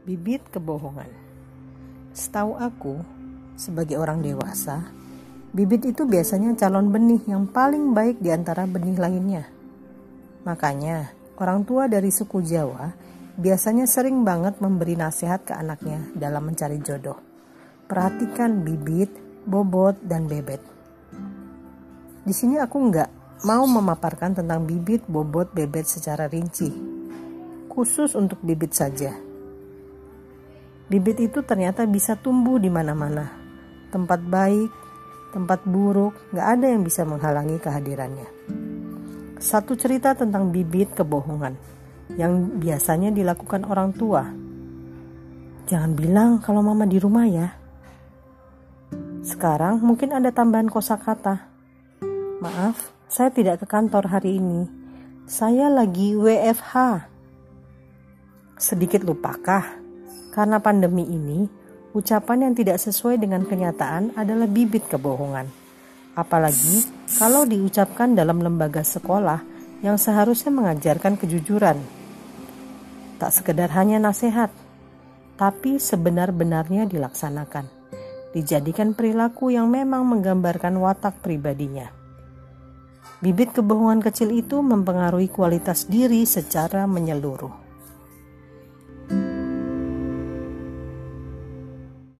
Bibit kebohongan. Setahu aku, sebagai orang dewasa, bibit itu biasanya calon benih yang paling baik di antara benih lainnya. Makanya, orang tua dari suku Jawa biasanya sering banget memberi nasihat ke anaknya dalam mencari jodoh. Perhatikan bibit, bobot, dan bebet. Di sini aku nggak mau memaparkan tentang bibit, bobot, bebet secara rinci. Khusus untuk bibit saja. Bibit itu ternyata bisa tumbuh di mana-mana. Tempat baik, tempat buruk, gak ada yang bisa menghalangi kehadirannya. Satu cerita tentang bibit kebohongan yang biasanya dilakukan orang tua. Jangan bilang kalau mama di rumah ya. Sekarang mungkin ada tambahan kosakata. Maaf, saya tidak ke kantor hari ini. Saya lagi WFH. Sedikit lupakah? Karena pandemi ini, ucapan yang tidak sesuai dengan kenyataan adalah bibit kebohongan. Apalagi kalau diucapkan dalam lembaga sekolah yang seharusnya mengajarkan kejujuran. Tak sekedar hanya nasihat, tapi sebenar-benarnya dilaksanakan. Dijadikan perilaku yang memang menggambarkan watak pribadinya. Bibit kebohongan kecil itu mempengaruhi kualitas diri secara menyeluruh.